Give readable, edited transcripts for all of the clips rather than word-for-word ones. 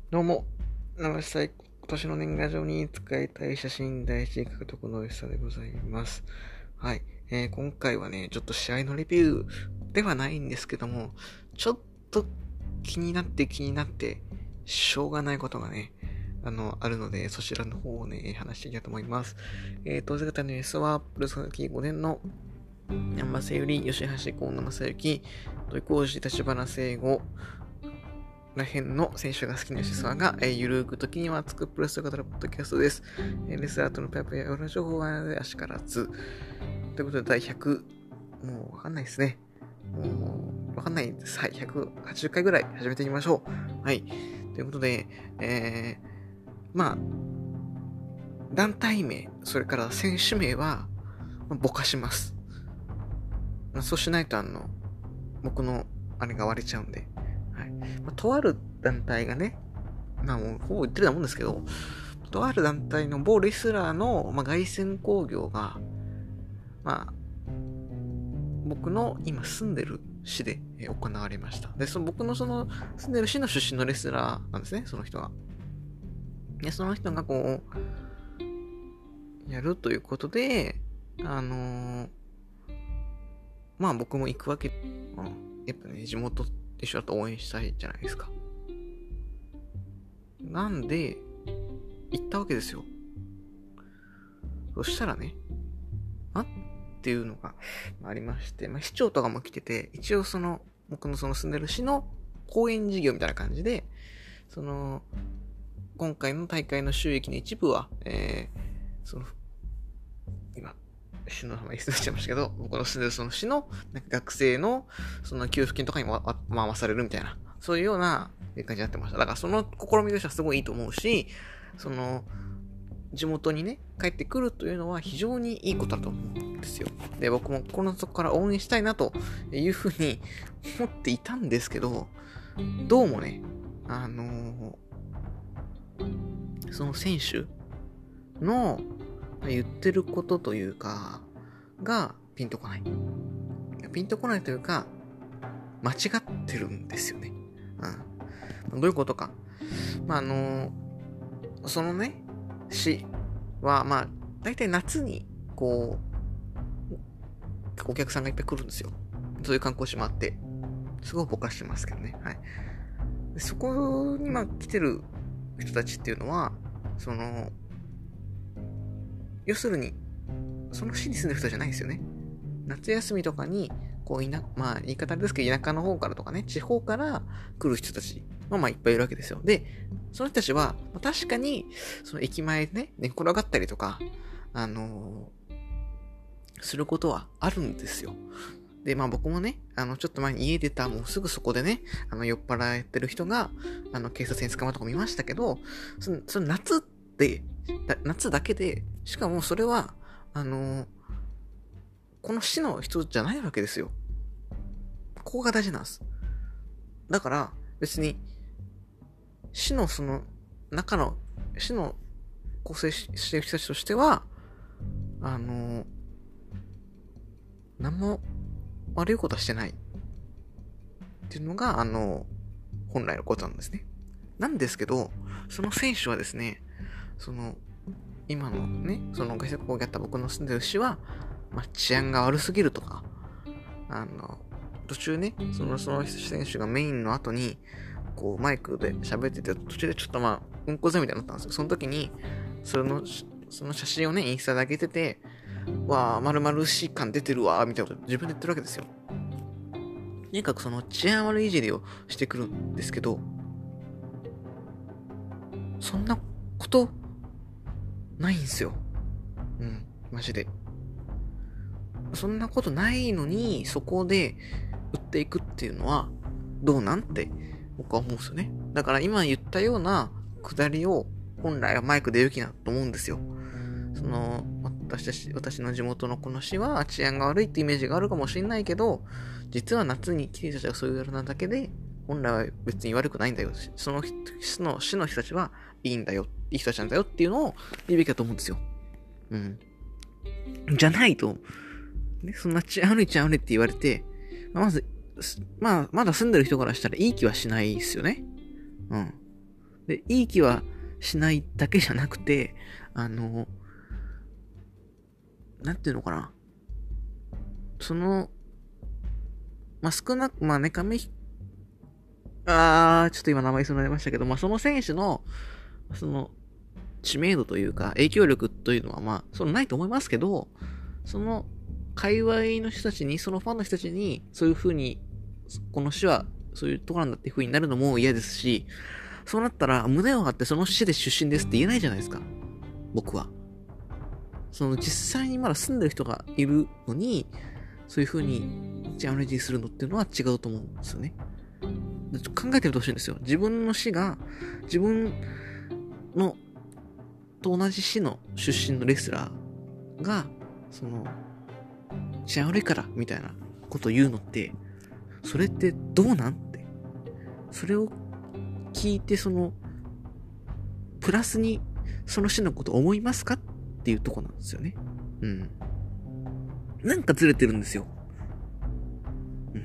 どうも、7歳、今年の年賀状に使いたい写真第一獲得の吉さでございます。はい、今回はね、ちょっと試合のレビューではないんですけども、ちょっと気になって、しょうがないことがね、あるので、そちらの方をね、話していきたいと思います。当時型の S は、プロレス歴5年の山瀬より、吉橋河野正幸、土井浩二、立花聖吾、ら辺の選手が好きな思想が、ゆるく時には熱くプロレスを語るポッドキャストです。レスラーとのパイプや裏情報はあしからず。ということで、第100、もうわかんないですね。もうわかんないです。はい、180回ぐらい始めていきましょう。はい。ということで、まあ、団体名、それから選手名は、ぼかします。そうしないと、僕のあれが割れちゃうんで。はい。とある団体がね、もうほぼ言ってるようなもんですけど、とある団体の某レスラーの、凱旋興行が、まあ、僕の今住んでる市で行われました。で、僕の住んでる市の出身のレスラーなんですね、その人が。で、その人がこう、やるということで、僕も行くわけ、やっぱね、地元と一緒だと応援したいじゃないですか。なんで、行ったわけですよ。そしたらね、っていうのがありまして、市長とかも来てて、一応僕の住んでる市の公園事業みたいな感じで、今回の大会の収益の一部は、今、市の名前失礼しちゃいましたけど、僕の住んでるその市の学生の給付金とかにも回されるみたいな、そういうような感じになってました。だからその試みとしてはすごいいいと思うし、地元にね、帰ってくるというのは非常にいいことだと思うんですよ。で、僕もこの底から応援したいなというふうに思っていたんですけど、どうもね、その選手の言ってることというか、がピンとこない。ピンとこないというか、間違ってるんですよね。どういうことか。そのね、詩は、大体夏に、こう、お客さんがいっぱい来るんですよ。そういう観光地もあって。すごいぼかしてますけどね。はい。そこに、来てる人たちっていうのは、要するに、その市に住んでる人じゃないんですよね。夏休みとかに、こう、言い方ですけど、田舎の方からとかね、地方から来る人たちいっぱいいるわけですよ。で、その人たちは、確かに、その駅前でね、寝転がったりとか、することはあるんですよ。で、僕もね、ちょっと前に家出た、もうすぐそこでね、酔っ払ってる人が、警察に捕まったとこ見ましたけど、その夏だけで、しかもそれは、この市の人じゃないわけですよ。ここが大事なんです。だから、別に、市の市の構成している人たちとしては、何も悪いことはしてない。っていうのが、本来のことなんですね。なんですけど、その選手はですね、今のね、外国語をやった僕の住んでる市は、治安が悪すぎるとか、途中ね、その選手がメインの後に、こう、マイクで喋ってて、途中でちょっとうんこぜみたいになったんですよ。その時に、その写真をね、インスタで上げてて、わー、〇〇し感出てるわー、みたいなこと自分で言ってるわけですよ。とにかく治安悪いいじりをしてくるんですけど、そんなことないんすよ。マジで。そんなことないのに、そこで売っていくっていうのは、どうなんって僕は思うんですよね。だから今言ったような下りを本来はマイクで言う気だと思うんですよ。私の地元のこの市は治安が悪いってイメージがあるかもしれないけど、実は夏に来てる人たちがそういうやるなだけで、本来は別に悪くないんだよ。その市の人たちはいいんだよ。いい人たちなんだよっていうのを言うべきだと思うんですよ。じゃないと、ね、そんな治安悪いって言われて、まだ住んでる人からしたらいい気はしないですよね。 で、いい気はしないだけじゃなくて、なんていうのかな。少なく、ね、ちょっと今名前そうなりましたけど、その選手の、知名度というか、影響力というのはないと思いますけど、その、界隈の人たちに、そのファンの人たちに、そういう風に、この市は、そういうところなんだっていう風になるのも嫌ですし、そうなったら、胸を張ってその市で出身ですって言えないじゃないですか。僕は。実際にまだ住んでる人がいるのに、そういう風に、チャンレジするのっていうのは違うと思うんですよね。考えてみてほしいんですよ。自分の市が、自分の、と同じ市の出身のレスラーが、治安悪いから、みたいなことを言うのって、それってどうなんって。それを聞いて、プラスに、その市のことを思いますかっていうとこなんですよね。うん。なんかずれてるんですよ。うん。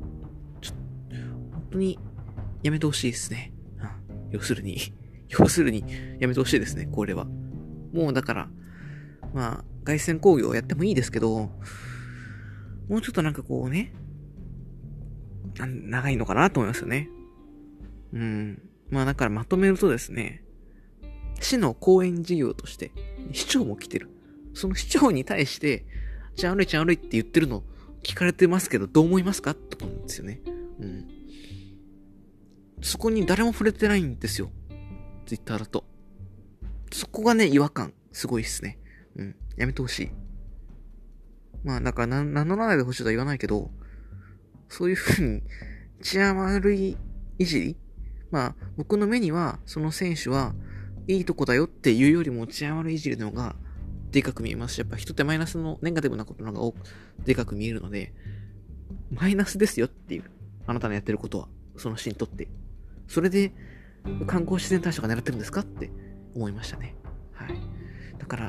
本当に、やめてほしいですね。要するに、やめてほしいですね、これは。もうだから、凱旋工業やってもいいですけど、もうちょっとなんかこうね、長いのかなと思いますよね。うん。だからまとめるとですね、市の公園事業として、市長も来てる。その市長に対して、ちゃん悪いって言ってるの聞かれてますけど、どう思いますかってことなんですよね。うん。そこに誰も触れてないんですよ。ツイッターだと。そこがね、違和感、すごいっすね。うん。やめてほしい。だから名乗らないでほしいとは言わないけど、そういう風に、治安悪いいじり僕の目には、その選手は、いいとこだよっていうよりも治安悪いいじりの方が、でかく見えますし、やっぱ人ってマイナスの、ネガティブなことの方がでかく見えるので、マイナスですよっていう、あなたのやってることは、そのシーンにとって。それで、観光自然大使が狙ってるんですかって思いましたね。はい。だから、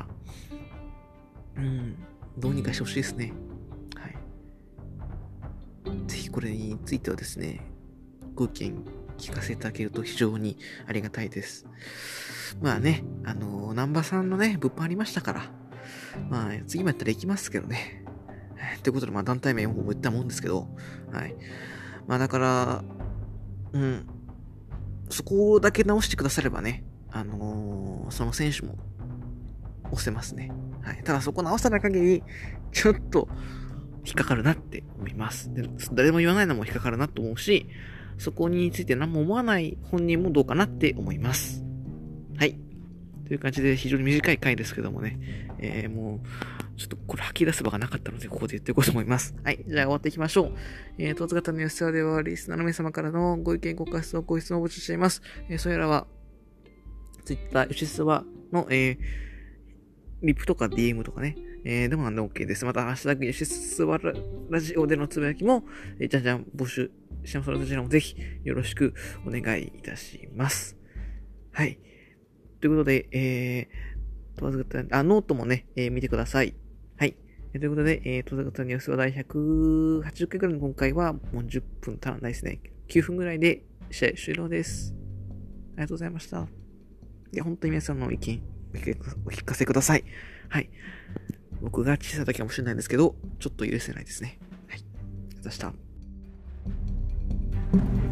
どうにかしてほしいですね。はい。ぜひこれについてはですね、ご意見聞かせていただけると非常にありがたいです。南波さんのね、物販ありましたから、次もやったら行きますけどね。ということで、団体名も言ったもんですけど、はい。だから、そこだけ直してくださればね、その選手も押せますね。はい。ただそこ直さない限り、ちょっと引っかかるなって思います。で、誰も言わないのも引っかかるなと思うし、そこについて何も思わない本人もどうかなって思います。はい。という感じで非常に短い回ですけどもね、もう、ちょっとこれ吐き出す場がなかったので、ここで言っていこうと思います。はい。じゃあ終わっていきましょう。当型の吉沢では、リスナーの皆様からのご意見、ご感想、ご質問を募集しています。それらは、Twitter、吉沢の、リプとか DM とかね、でもなんで OK です。また、ハッシュタグ、吉沢ラジオでのつぶやきも、じゃんじゃん募集してますので、そちらもぜひよろしくお願いいたします。はい。ということで、ノートもね、見てください。はい。ということで、問わず型ニュースは第180回くらいの今回はもう10分足らないですね。9分くらいで試合終了です。ありがとうございました。本当に皆さんの意見お聞かせください。はい。僕が小さいだけかもしれないんですけど、ちょっと許せないですね。はい。ありがとうございました。